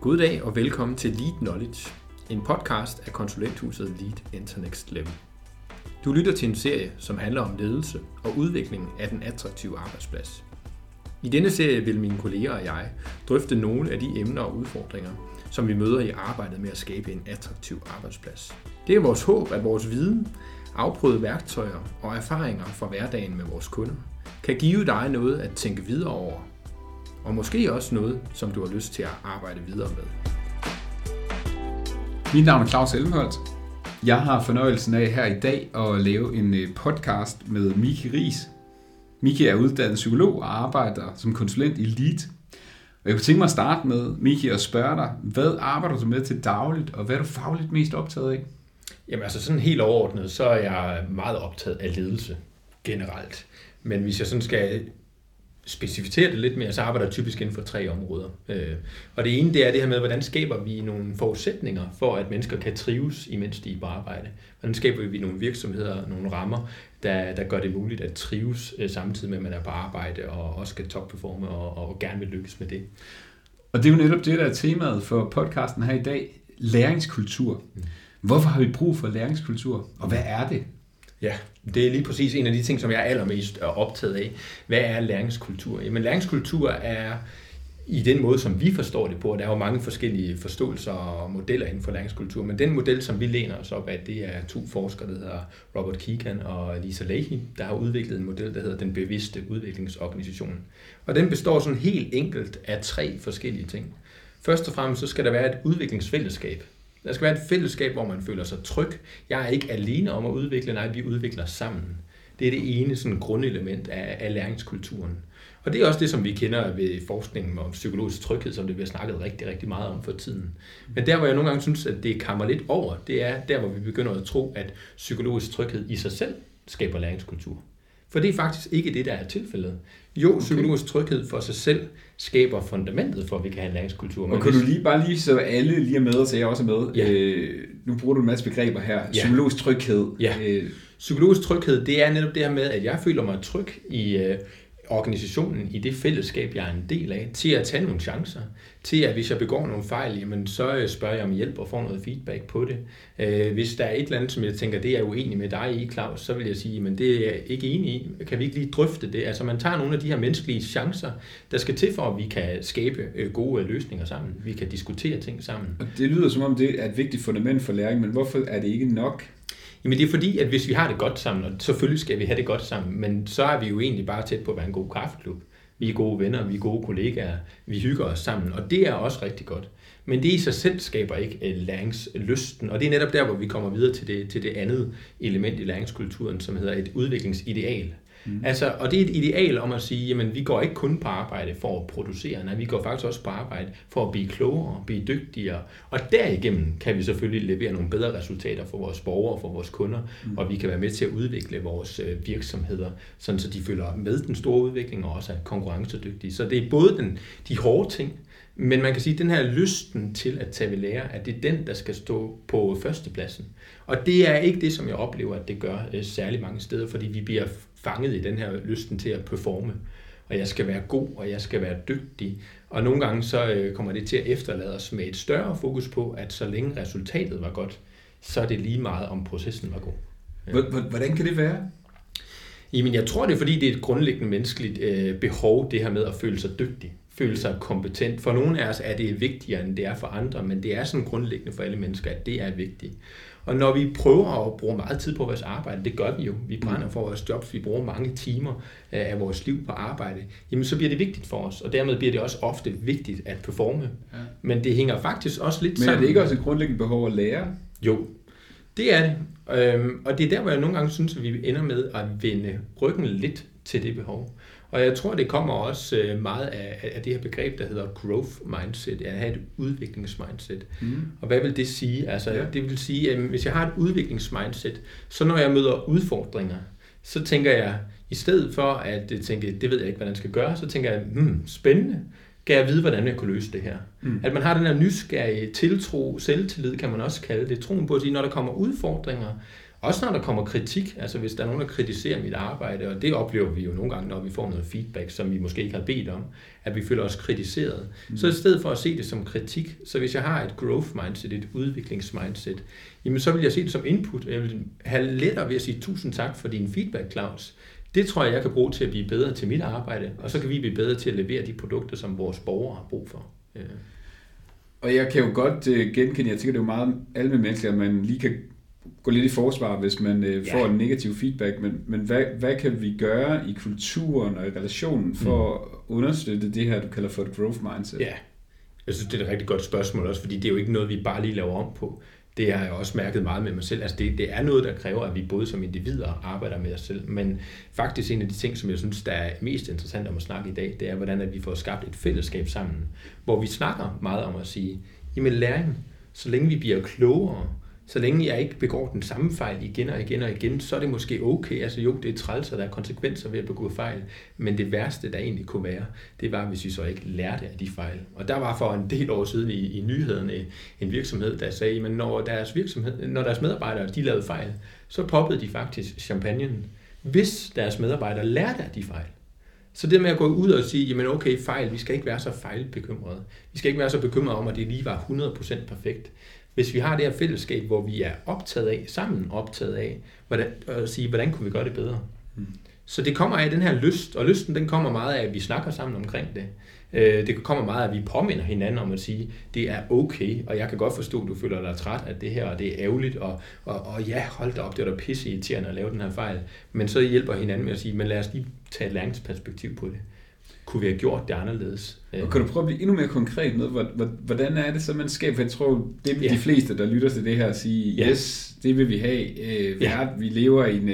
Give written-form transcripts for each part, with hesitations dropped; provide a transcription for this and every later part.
God dag og velkommen til Lead Knowledge, en podcast af konsulenthuset Lead Enter Next Level. Du lytter til en serie, som handler om ledelse og udvikling af den attraktive arbejdsplads. I denne serie vil mine kolleger og jeg drøfte nogle af de emner og udfordringer, som vi møder i arbejdet med at skabe en attraktiv arbejdsplads. Det er vores håb, at vores viden, afprøvede værktøjer og erfaringer fra hverdagen med vores kunder kan give dig noget at tænke videre over, og måske også noget, som du har lyst til at arbejde videre med. Mit navn er Claus Elmholdt. Jeg har fornøjelsen af her i dag at lave en podcast med Miki Riis. Miki er uddannet psykolog og arbejder som konsulent i Lead. Og jeg kunne tænke mig at starte med, Miki, at spørge dig, hvad arbejder du med til dagligt, og hvad er du fagligt mest optaget af? Jamen altså sådan helt overordnet, så er jeg meget optaget af ledelse generelt. Men hvis jeg sådan skal specificere det lidt mere, så arbejder jeg typisk inden for 3 områder. Og det ene, det er det her med, hvordan skaber vi nogle forudsætninger for, at mennesker kan trives, imens de er på arbejde. Hvordan skaber vi nogle virksomheder, nogle rammer, der gør det muligt at trives samtidig med, at man er på arbejde og også skal topperforme og gerne vil lykkes med det. Og det er jo netop det, der er temaet for podcasten her i dag, læringskultur. Hvorfor har vi brug for læringskultur, og hvad er det? Ja, det er lige præcis en af de ting, som jeg er allermest optaget af. Hvad er læringskultur? Jamen læringskultur er i den måde, som vi forstår det på, og der er jo mange forskellige forståelser og modeller inden for læringskultur, men den model, som vi læner os op af, det er 2 forskere, der hedder Robert Kegan og Lisa Lahey, der har udviklet en model, der hedder den bevidste udviklingsorganisation. Og den består sådan helt enkelt af 3 forskellige ting. Først og fremmest så skal der være et udviklingsfællesskab. Der skal være et fællesskab, hvor man føler sig tryg. Jeg er ikke alene om at udvikle, nej, vi udvikler sammen. Det er det ene sådan grundelement af læringskulturen. Og det er også det, som vi kender ved forskningen om psykologisk tryghed, som det bliver snakket rigtig, rigtig meget om for tiden. Men der, hvor jeg nogle gange synes, at det kammer lidt over, det er der, hvor vi begynder at tro, at psykologisk tryghed i sig selv skaber læringskultur. For det er faktisk ikke det, der er tilfældet. Jo, psykologisk tryghed for sig selv skaber fundamentet for, at vi kan have en læringskultur. Og kan du lige så alle lige er med, så jeg også er med. Ja. Nu bruger du en masse begreber her. Ja. Psykologisk tryghed. Ja. Psykologisk tryghed, det er netop det her med, at jeg føler mig tryg i organisationen, i det fællesskab, jeg er en del af, til at tage nogle chancer, til at hvis jeg begår nogle fejl, jamen, så spørger jeg om hjælp og får noget feedback på det. Hvis der er et eller andet, som jeg tænker, det er jeg uenig med dig i, Claus, så vil jeg sige, men det er jeg ikke enig i. Kan vi ikke lige drøfte det? Altså man tager nogle af de her menneskelige chancer, der skal til for, at vi kan skabe gode løsninger sammen. Vi kan diskutere ting sammen. Og det lyder som om, det er et vigtigt fundament for læring, men hvorfor er det ikke nok? Jamen det er fordi, at hvis vi har det godt sammen, og selvfølgelig skal vi have det godt sammen, men så er vi jo egentlig bare tæt på at være en god kaffeklub. Vi er gode venner, vi er gode kollegaer, vi hygger os sammen, og det er også rigtig godt. Men det i sig selv skaber ikke læringslysten, og det er netop der, hvor vi kommer videre til det andet element i læringskulturen, som hedder et udviklingsideal. Altså, og det er et ideal om at sige, jamen vi går ikke kun på arbejde for at producere, nej, vi går faktisk også på arbejde for at blive klogere, blive dygtigere, og derigennem kan vi selvfølgelig levere nogle bedre resultater for vores borgere, for vores kunder, og vi kan være med til at udvikle vores virksomheder, sådan så de følger med den store udvikling og også er konkurrencedygtige. Så det er både de hårde ting, men man kan sige, at den her lysten til at tage ved lære, at det er den, der skal stå på førstepladsen. Og det er ikke det, som jeg oplever, at det gør særlig mange steder, fordi vi bliver fanget i den her lysten til at performe. Og jeg skal være god, og jeg skal være dygtig. Og nogle gange så kommer det til at efterlade os med et større fokus på, at så længe resultatet var godt, så er det lige meget, om processen var god. Ja. Hvordan kan det være? Jamen, jeg tror, det er fordi, det er et grundlæggende menneskeligt behov, det her med at føle sig dygtig. Føle sig kompetent. For nogle af os er det vigtigere, end det er for andre, men det er sådan grundlæggende for alle mennesker, at det er vigtigt. Og når vi prøver at bruge meget tid på vores arbejde, det gør vi jo. Vi brænder for vores jobs, vi bruger mange timer af vores liv på arbejde. Jamen så bliver det vigtigt for os, og dermed bliver det også ofte vigtigt at performe. Ja. Men det hænger faktisk også lidt sammen. Men er det ikke også et grundlæggende behov at lære? Jo, det er det. Og det er der, hvor jeg nogle gange synes, at vi ender med at vende ryggen lidt til det behov. Og jeg tror, det kommer også meget af det her begreb, der hedder growth mindset, at have et udviklingsmindset. Og hvad vil det sige? Altså, det vil sige, at hvis jeg har et udviklingsmindset, så når jeg møder udfordringer, så tænker jeg, i stedet for at tænke, det ved jeg ikke, hvordan jeg skal gøre, så tænker jeg, spændende, kan jeg vide, hvordan jeg kunne løse det her. At man har den her nysgerrige tiltro, selvtillid kan man også kalde det, troen på at sige, når der kommer udfordringer, Også når der kommer kritik, altså hvis der er nogen, der kritiserer mit arbejde, og det oplever vi jo nogle gange, når vi får noget feedback, som vi måske ikke har bedt om, at vi føler os kritiseret. Så i stedet for at se det som kritik, så hvis jeg har et growth mindset, et udviklingsmindset, jamen så vil jeg se det som input. Jeg vil have lettere ved at sige tusind tak for din feedback, Claus. Det tror jeg kan bruge til at blive bedre til mit arbejde, og så kan vi blive bedre til at levere de produkter, som vores borgere har brug for. Og jeg kan jo godt genkende, jeg tænker, det er jo meget almindeligt menneskeligt, at man lige kan gå lidt i forsvar, hvis man får en negativ feedback, men hvad kan vi gøre i kulturen og i relationen for at understøtte det her, du kalder for et growth mindset? Ja, jeg synes, det er et rigtig godt spørgsmål også, fordi det er jo ikke noget, vi bare lige laver om på. Det har jeg også mærket meget med mig selv. Altså det er noget, der kræver, at vi både som individer arbejder med os selv, men faktisk en af de ting, som jeg synes, der er mest interessant om at snakke i dag, det er, hvordan at vi får skabt et fællesskab sammen, hvor vi snakker meget om at sige, jamen læring, så længe vi bliver klogere, så længe jeg ikke begår den samme fejl igen og igen og igen, så er det måske okay. Altså jo, det er træls, og der er konsekvenser ved at begå fejl. Men det værste, der egentlig kunne være, det var, hvis vi så ikke lærte af de fejl. Og der var for en del år siden i nyhederne en virksomhed, der sagde, at når deres medarbejdere de lavede fejl, så poppede de faktisk champagnen, hvis deres medarbejdere lærte af de fejl. Så det med at gå ud og sige, jamen okay, fejl, vi skal ikke være så fejlbekymrede. Vi skal ikke være så bekymrede om, at det lige var 100% perfekt. Hvis vi har det her fællesskab, hvor vi er sammen optaget af, hvordan kunne vi gøre det bedre? Så det kommer af den her lyst, og lysten den kommer meget af, at vi snakker sammen omkring det. Det kommer meget af, at vi påminder hinanden om at sige, det er okay, og jeg kan godt forstå, at du føler dig træt af det her, og det er ærgerligt, og ja, hold da op, det er da pisse irriterende at lave den her fejl. Men så hjælper hinanden med at sige, men lad os lige tage et læringsperspektiv på det. Kunne vi have gjort det anderledes? Og kan du prøve at blive endnu mere konkret med, hvordan er det så, man skaber? For jeg tror, det vil de fleste, der lytter til det her, sige, yes, det vil vi have. Vi lever i en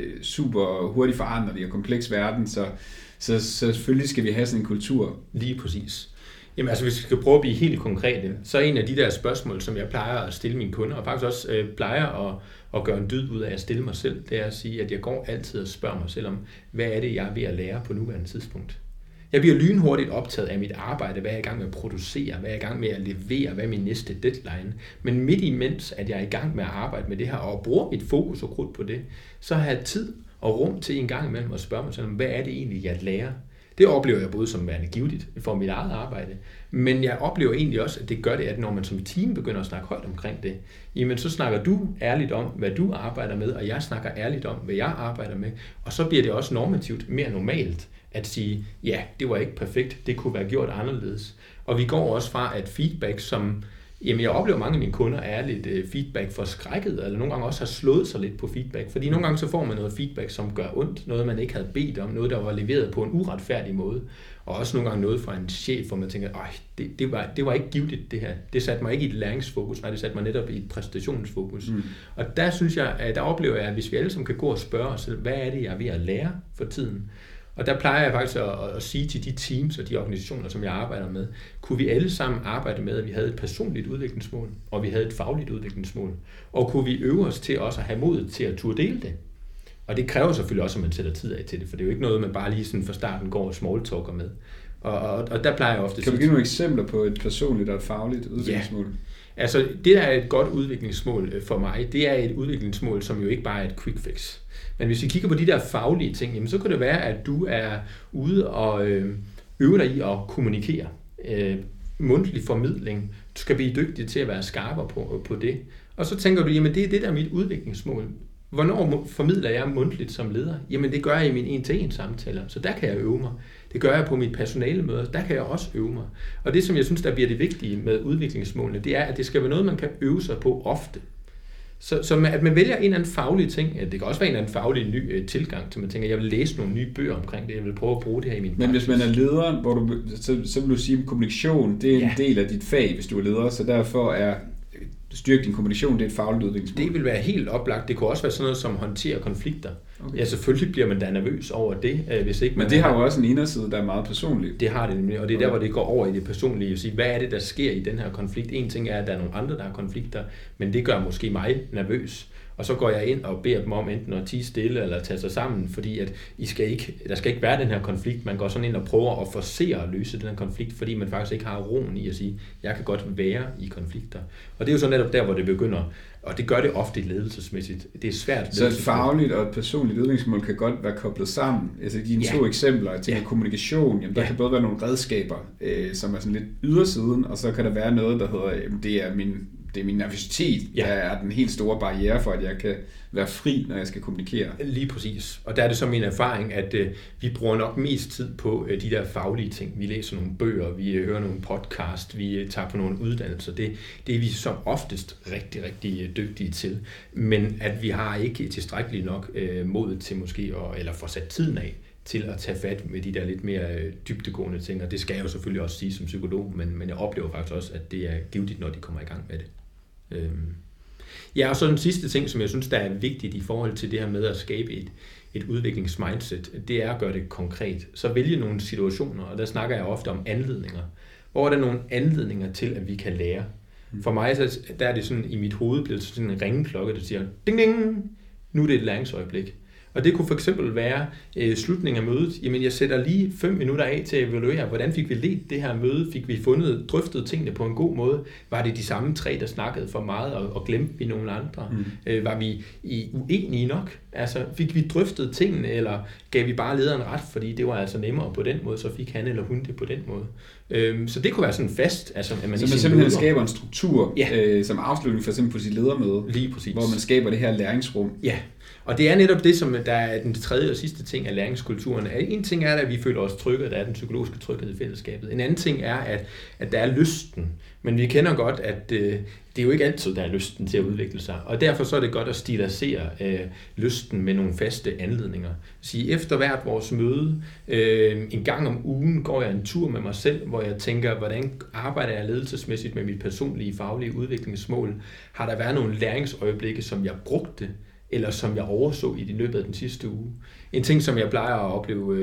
super hurtigt foranderlig og kompleks verden, så selvfølgelig skal vi have sådan en kultur. Lige præcis. Jamen altså, hvis vi skal prøve at blive helt konkrete, så er en af de der spørgsmål, som jeg plejer at stille mine kunder, og faktisk også plejer at gøre en dyd ud af at stille mig selv, det er at sige, at jeg går altid og spørger mig selv om, hvad er det, jeg er ved at lære på nuværende tidspunkt? Jeg bliver lynhurtigt optaget af mit arbejde, hvad jeg er i gang med at producere, hvad jeg er i gang med at levere, hvad er min næste deadline. Men midt imens, at jeg er i gang med at arbejde med det her, og bruger mit fokus og krudt på det, så har jeg tid og rum til en gang imellem at spørge mig selv, hvad er det egentlig, jeg lærer? Det oplever jeg både som værende givetigt for mit eget arbejde, men jeg oplever egentlig også, at det gør det, at når man som team begynder at snakke højt omkring det, jamen så snakker du ærligt om, hvad du arbejder med, og jeg snakker ærligt om, hvad jeg arbejder med, og så bliver det også normativt mere normalt at sige, ja, det var ikke perfekt, det kunne være gjort anderledes. Og vi går også fra at feedback, som jamen jeg oplever mange af mine kunder er lidt feedback for skrækket, eller nogle gange også har slået sig lidt på feedback, fordi nogle gange så får man noget feedback, som gør ondt, noget man ikke havde bedt om, noget der var leveret på en uretfærdig måde, og også nogle gange noget fra en chef, hvor man tænker, det var ikke givetigt det her, det satte mig ikke i et læringsfokus, nej, det satte mig netop i et præstationsfokus. Og der synes jeg, der oplever jeg, at hvis vi alle sammen kan gå og spørge os selv, hvad er det, jeg er ved at lære for tiden? Og der plejer jeg faktisk at sige til de teams og de organisationer, som jeg arbejder med, kunne vi alle sammen arbejde med, at vi havde et personligt udviklingsmål, og vi havde et fagligt udviklingsmål, og kunne vi øve os til også at have modet til at turde dele det. Og det kræver selvfølgelig også, at man sætter tid af til det, for det er jo ikke noget, man bare lige sådan fra starten går og smalltalker med. Og der plejer jeg ofte... Kan du give nogle eksempler på et personligt og et fagligt udviklingsmål? Ja, altså det der er et godt udviklingsmål for mig, det er et udviklingsmål, som jo ikke bare er et quick fix. Men hvis vi kigger på de der faglige ting, jamen, så kan det være, at du er ude og øve dig i at kommunikere. Mundtlig formidling. Du skal blive dygtig til at være skarpere på det. Og så tænker du, jamen det er det der er mit udviklingsmål. Hvornår formidler jeg mundtligt som leder? Jamen det gør jeg i mine 1-til-1 samtaler, så der kan jeg øve mig. Det gør jeg på mit personalemøder, der kan jeg også øve mig. Og det, som jeg synes, der bliver det vigtige med udviklingsmålene, det er, at det skal være noget, man kan øve sig på ofte. Så at man vælger en eller anden faglig ting, det kan også være en eller anden faglig ny tilgang, til man tænker, jeg vil læse nogle nye bøger omkring det, jeg vil prøve at bruge det her i min praksis. Men hvis man er leder, så vil du sige, at kommunikation, det er en del af dit fag, hvis du er leder, så derfor er styrke din kommunikation, det er et fagligt udviklingsmål. Det vil være helt oplagt. Det kunne også være sådan noget som håndtere konflikter. Okay. Ja, selvfølgelig bliver man da nervøs over det, hvis ikke man... Men det har jo også en inderside, der er meget personlig. Det har det nemlig, og det er der, hvor det går over i det personlige. At sige, hvad er det, der sker i den her konflikt? En ting er, at der er nogle andre, der har konflikter, men det gør måske mig nervøs. og så går jeg ind og beder dem om enten at tie stille eller tage sig sammen, fordi at der skal ikke være den her konflikt. Man går sådan ind og prøver at forsere at løse den her konflikt, fordi man faktisk ikke har roen i at sige, jeg kan godt være i konflikter. Og det er jo så netop der, hvor det begynder, og det gør det ofte ledelsesmæssigt. Det er svært. Så et fagligt og et personligt udviklingsmål kan godt være koblet sammen. Altså dine to eksempler til kommunikation, jamen, der kan både være nogle redskaber, som er sådan lidt ydersiden, og så kan der være noget, der hedder, jamen, det er min nervøsitet, der er den helt store barriere for, at jeg kan være fri, når jeg skal kommunikere. Lige præcis. Og der er det så min erfaring, at vi bruger nok mest tid på de der faglige ting. Vi læser nogle bøger, vi hører nogle podcast, vi tager på nogle uddannelser. Det er vi som oftest rigtig, rigtig dygtige til. Men at vi har ikke tilstrækkeligt nok mod til måske, eller får sat tiden af, til at tage fat med de der lidt mere dybdegående ting. Og det skal jeg jo selvfølgelig også sige som psykolog, men jeg oplever faktisk også, at det er givtigt, når de kommer i gang med det. Ja, og så den sidste ting, som jeg synes, der er vigtigt i forhold til det her med at skabe et udviklingsmindset, det er at gøre det konkret. Så vælge nogle situationer, og der snakker jeg ofte om anledninger. Hvor er der nogle anledninger til, at vi kan lære? For mig, så der er det sådan, i mit hoved blevet sådan en ringeklokke, der siger, ding ding, nu er det et læringsøjeblik. Og det kunne for eksempel være slutningen af mødet. Jamen, jeg sætter lige 5 minutter af til at evaluere, hvordan fik vi ledt det her møde? Fik vi drøftet tingene på en god måde? Var det de samme 3, der snakkede for meget, og glemte vi nogle andre? Var vi uenige nok? Altså, fik vi drøftet tingene, eller gav vi bare lederen ret, fordi det var altså nemmere på den måde, så fik han eller hun det på den måde. Så det kunne være sådan fast. Altså, at man simpelthen skaber en struktur, som afslutning for eksempel på sit ledermøde, lige præcis, hvor man skaber det her læringsrum. Ja. Og det er netop det, som der er den tredje og sidste ting af læringskulturen. En ting er, at vi føler os trygge, der er den psykologiske tryghed i fællesskabet. En anden ting er, at der er lysten. Men vi kender godt, at det er jo ikke altid, der er lysten til at udvikle sig. Og derfor så er det godt at stilisere lysten med nogle faste anledninger. Sige, efter hvert vores møde, en gang om ugen går jeg en tur med mig selv, hvor jeg tænker, hvordan arbejder jeg ledelsesmæssigt med mit personlige, faglige udviklingsmål? Har der været nogle læringsøjeblikke, som jeg brugte, eller som jeg overså i løbet af den sidste uge? En ting, som jeg plejer at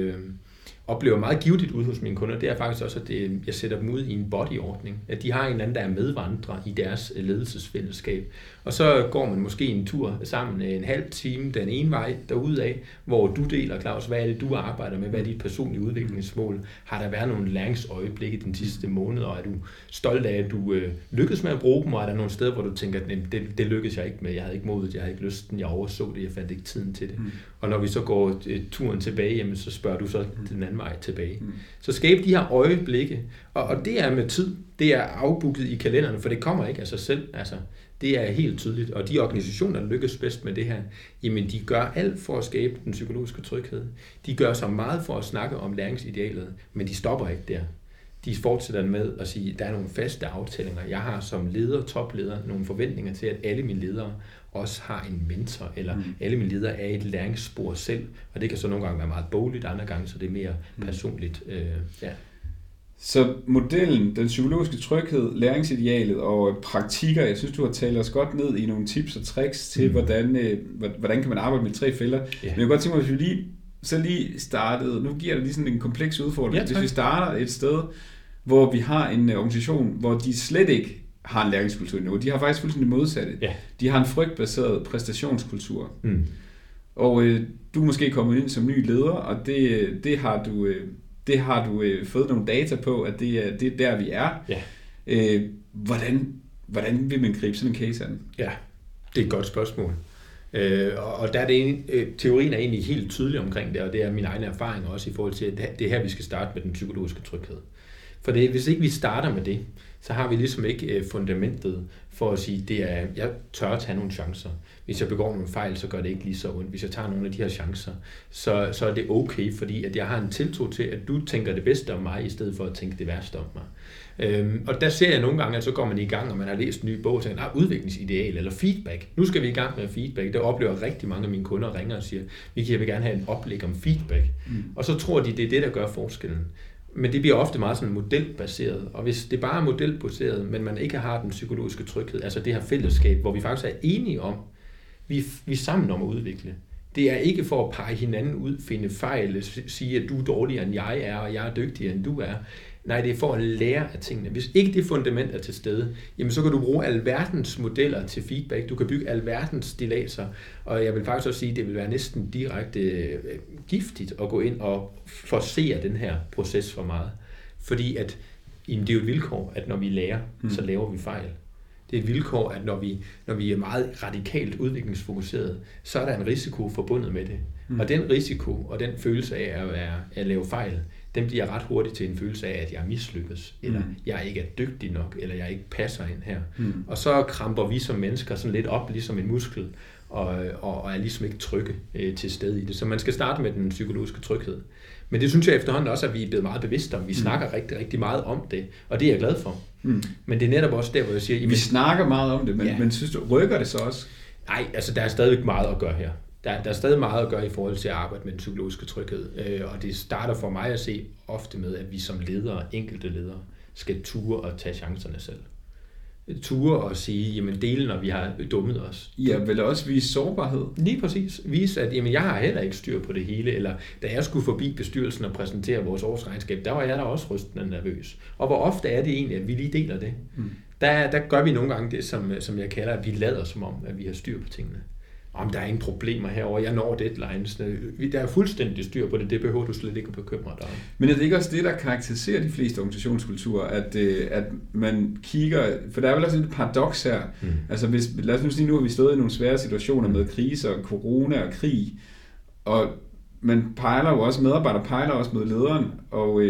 oplever meget givetigt ud hos mine kunder, det er faktisk også, at jeg sætter dem ud i en bodyordning. At de har en anden, der er medvandrer i deres ledelsesfællesskab. Og så går man måske en tur sammen en halv time den ene vej derudad, hvor du deler, Claus, hvad er det, du arbejder med? Hvad er dit personlige udviklingsmål? Har der været nogle læringsøjeblikke den sidste måned, og er du stolt af, at du lykkedes med at bruge dem, og er der nogle steder, hvor du tænker, at det lykkedes jeg ikke med, jeg havde ikke modet, jeg havde ikke lysten, jeg overså det, jeg fandt ikke tiden til det. Og når vi så går turen tilbage, jamen, så spørger du så den anden vej tilbage. Så skabe de her øjeblikke, og det er med tid, det er afbooket i kalenderne, for det kommer ikke af sig selv, altså. Det er helt tydeligt, og de organisationer, der lykkes bedst med det her, jamen de gør alt for at skabe den psykologiske tryghed. De gør så meget for at snakke om læringsidealet, men de stopper ikke der. De fortsætter med at sige, at der er nogle faste aftalinger. Jeg har som leder, topleder, nogle forventninger til, at alle mine ledere også har en mentor, eller alle mine ledere er et læringsspor selv, og det kan så nogle gange være meget bogligt, andre gange så det er mere personligt. Så modellen, den psykologiske tryghed, læringsidealet og praktikker, jeg synes, du har talt os godt ned i nogle tips og tricks til, hvordan kan man arbejde med 3 fælder. Men jeg kan godt tænke mig, hvis vi lige startede, nu giver det lige sådan en kompleks udfordring, hvis vi starter et sted, hvor vi har en organisation, hvor de slet ikke har en læringskultur endnu. De har faktisk fuldstændig modsatte. Ja. De har en frygtbaseret præstationskultur. Og du er måske kommet ind som ny leder, og det har du fået nogle data på, at det er der, vi er. Ja. Hvordan vil man gribe sådan en case an? Ja, det er et godt spørgsmål. Og der er teorien er egentlig helt tydelig omkring det, og det er min egen erfaring også i forhold til, at det er her, vi skal starte med den psykologiske tryghed. For hvis ikke vi starter med det, så har vi ligesom ikke fundamentet for at sige, jeg tør tage nogle chancer. Hvis jeg begår nogle fejl, så gør det ikke lige så ondt. Hvis jeg tager nogle af de her chancer, så er det okay, fordi at jeg har en tiltro til, at du tænker det bedste om mig, i stedet for at tænke det værste om mig. Og der ser jeg nogle gange, at så går man i gang, og man har læst en ny bog, og tænker, udviklingsideal eller feedback. Nu skal vi i gang med feedback. Det oplever rigtig mange af mine kunder ringer og siger, jeg vil gerne have en oplæg om feedback. Og så tror de, det er det, der gør forskellen. Men det bliver ofte meget sådan modelbaseret, og hvis det bare er modelbaseret, men man ikke har den psykologiske tryghed, altså det her fællesskab, hvor vi faktisk er enige om, vi er sammen om at udvikle. Det er ikke for at pege hinanden ud, finde fejl, sige, at du er dårligere end jeg er, og jeg er dygtigere end du er. Nej, det er for at lære af tingene. Hvis ikke det fundament er til stede, jamen så kan du bruge alverdens modeller til feedback. Du kan bygge alverdens stillaser. Og jeg vil faktisk også sige, at det vil være næsten direkte giftigt at gå ind og forcere den her proces for meget. Fordi at, det er jo et vilkår, at når vi lærer, så laver vi fejl. Det er et vilkår, at når vi er meget radikalt udviklingsfokuseret, så er der en risiko forbundet med det. Og den risiko og den følelse af at lave fejl, den bliver ret hurtigt til en følelse af, at jeg mislykkes, eller jeg ikke er dygtig nok, eller jeg ikke passer ind her. Og så kramper vi som mennesker sådan lidt op, ligesom en muskel, og er ligesom ikke trygge til stede i det. Så man skal starte med den psykologiske tryghed. Men det synes jeg efterhånden også, at vi er blevet meget bevidste om. Vi snakker rigtig, rigtig meget om det, og det er jeg glad for. Men det er netop også der, hvor jeg siger... Vi snakker meget om det, men synes du, rykker det så også? Nej, altså der er stadig meget at gøre her. Der er stadig meget at gøre i forhold til at arbejde med den psykologiske tryghed. Og det starter for mig at se ofte med, at vi som ledere, enkelte ledere, skal ture og tage chancerne selv. Ture og sige, jamen dele, når vi har dummet os. Ja, vel også vise sårbarhed. Lige præcis. Vise, at jamen, jeg har heller ikke styr på det hele, eller da jeg skulle forbi bestyrelsen og præsentere vores årsregnskab, der var jeg da også rystende nervøs. Og hvor ofte er det egentlig, at vi lige deler det? Der gør vi nogle gange det, som jeg kalder, at vi lader som om, at vi har styr på tingene. Om der er ingen problemer herovre, jeg når deadlines. Der er fuldstændig styr på det, det behøver du slet ikke at bekymre dig om. Men er det ikke også det, der karakteriserer de fleste organisationskulturer, at man kigger, for der er vel også et paradoks her, altså lad os nu sige, nu har vi stået i nogle svære situationer med kriser, corona og krig, og medarbejdere pejler også mod lederen, og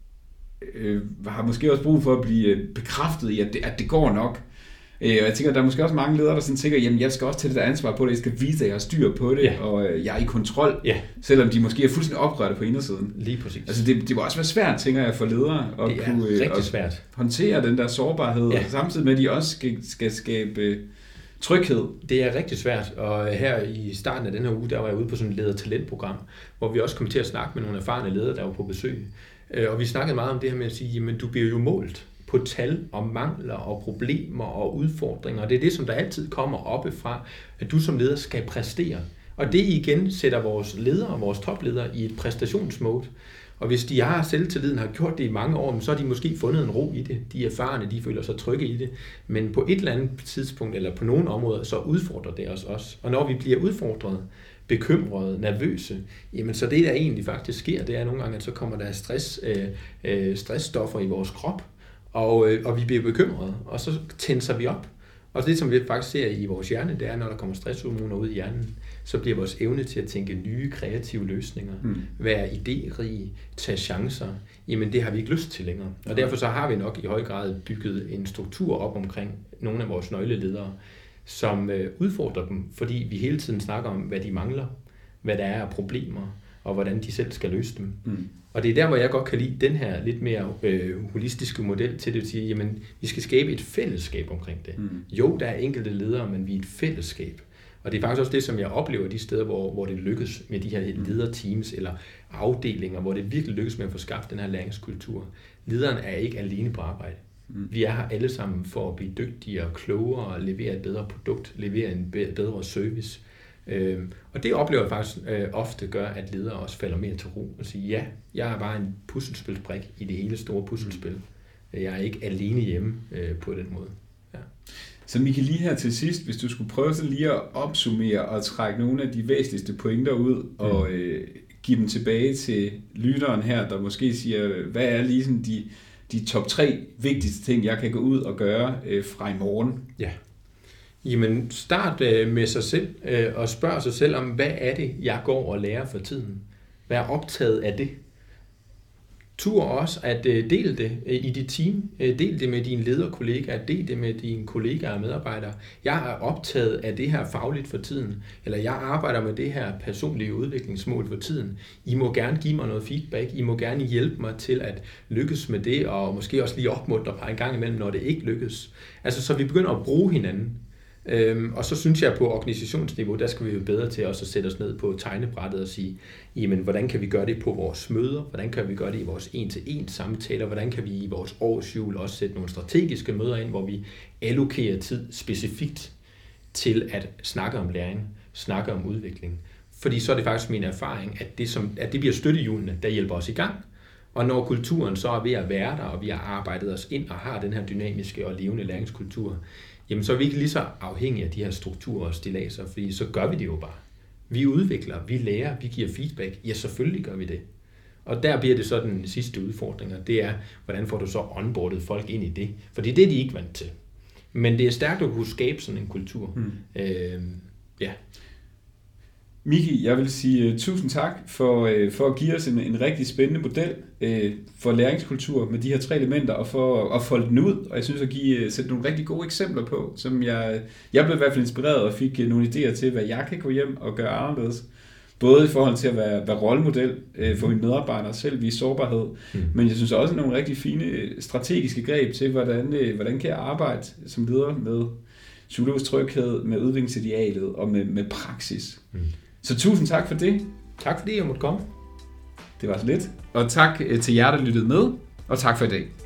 har måske også brug for at blive bekræftet i, at det går nok. Og jeg tænker, der er måske også mange ledere, der sådan tænker, jamen jeg skal også tage det der ansvar på det, jeg skal vise, at jeg har styr på det, og jeg er i kontrol, selvom de måske er fuldstændig oprørte på indersiden. Lige præcis. Altså det må også være svært, tænker jeg, for ledere at kunne svært. Håndtere den der sårbarhed, samtidig med, at de også skal skabe tryghed. Det er rigtig svært, og her i starten af den her uge, der var jeg ude på sådan et ledertalentprogram, hvor vi også kom til at snakke med nogle erfarne ledere, der var på besøg. Og vi snakkede meget om det her med at sige, jamen du bliver jo målt på tal og mangler og problemer og udfordringer. Det er det, som der altid kommer oppefra, at du som leder skal præstere. Og det igen sætter vores ledere, vores topledere i et præstationsmode. Og hvis de har selvtilliden, har gjort det i mange år, så har de måske fundet en ro i det. De er erfarne, de føler sig trygge i det. Men på et eller andet tidspunkt, eller på nogle områder, så udfordrer det os også. Og når vi bliver udfordret, bekymrede, nervøse, jamen så det, der egentlig faktisk sker, det er nogle gange, at så kommer der stressstoffer i vores krop, og vi bliver bekymrede, og så tænder vi op. Og det, som vi faktisk ser i vores hjerne, det er, når der kommer stresshormoner ud i hjernen, så bliver vores evne til at tænke nye, kreative løsninger, være idérige, tage chancer, jamen det har vi ikke lyst til længere. Og derfor så har vi nok i høj grad bygget en struktur op omkring nogle af vores nøgleledere, som udfordrer dem, fordi vi hele tiden snakker om, hvad de mangler, hvad der er af problemer, og hvordan de selv skal løse dem. Og det er der, hvor jeg godt kan lide den her lidt mere holistiske model til det, at sige, jamen, vi skal skabe et fællesskab omkring det. Jo, der er enkelte ledere, men vi er et fællesskab. Og det er faktisk også det, som jeg oplever de steder, hvor det lykkes med de her lederteams eller afdelinger, hvor det virkelig lykkes med at få skabt den her læringskultur. Lederen er ikke alene på arbejde. Vi er her alle sammen for at blive dygtigere, klogere, levere et bedre produkt, levere en bedre service. Og det oplever jeg faktisk ofte gør, at ledere også falder mere til ro og siger, ja, jeg er bare en puslespilsbrik i det hele store puslespil. Jeg er ikke alene hjemme på den måde. Ja. Så Mikael, lige her til sidst, hvis du skulle prøve så lige at opsummere og trække nogle af de væsentligste pointer ud og give dem tilbage til lytteren her, der måske siger, hvad er lige sådan de top 3 vigtigste ting, jeg kan gå ud og gøre fra i morgen? Ja. Jamen, start med sig selv og spørg sig selv om, hvad er det, jeg går og lærer for tiden? Vær optaget af det. Tur også at dele det i dit team. Del det med dine lederkollegaer. Del det med dine kollegaer og medarbejdere. Jeg er optaget af det her fagligt for tiden. Eller jeg arbejder med det her personlige udviklingsmål for tiden. I må gerne give mig noget feedback. I må gerne hjælpe mig til at lykkes med det. Og måske også lige opmuntre mig en gang imellem, når det ikke lykkes. Altså, så vi begynder at bruge hinanden. Og så synes jeg, på organisationsniveau, der skal vi jo bedre til også at sætte os ned på tegnebrættet og sige, jamen, hvordan kan vi gøre det på vores møder? Hvordan kan vi gøre det i vores 1-til-1 samtaler? Hvordan kan vi i vores årshjul også sætte nogle strategiske møder ind, hvor vi allokerer tid specifikt til at snakke om læring, snakke om udvikling? Fordi så er det faktisk min erfaring, at det bliver støttehjulene, der hjælper os i gang. Og når kulturen så er ved at være der, og vi har arbejdet os ind og har den her dynamiske og levende læringskultur, jamen så er vi ikke lige så afhængige af de her strukturer og stilladser, fordi så gør vi det jo bare. Vi udvikler, vi lærer, vi giver feedback. Ja, selvfølgelig gør vi det. Og der bliver det så den sidste udfordring, og det er, hvordan får du så onboardet folk ind i det? For det er det, de ikke vant til. Men det er stærkt at kunne skabe sådan en kultur. Ja. Miki, jeg vil sige tusind tak for at give os en rigtig spændende model for læringskultur med de her 3 elementer, og for at folde den ud. Og jeg synes at sætte nogle rigtig gode eksempler på, som jeg blev i hvert fald inspireret og fik nogle idéer til, hvad jeg kan gå hjem og gøre anderledes. Både i forhold til at være rollemodel for mine medarbejdere, selv vise sårbarhed, men jeg synes også nogle rigtig fine strategiske greb til, hvordan kan jeg arbejde som leder med psykologisk tryghed, med udviklingsidealet og med praksis. Så tusind tak for det. Tak fordi jeg måtte komme. Det var så lidt. Og tak til jer, der lyttede med, og tak for i dag.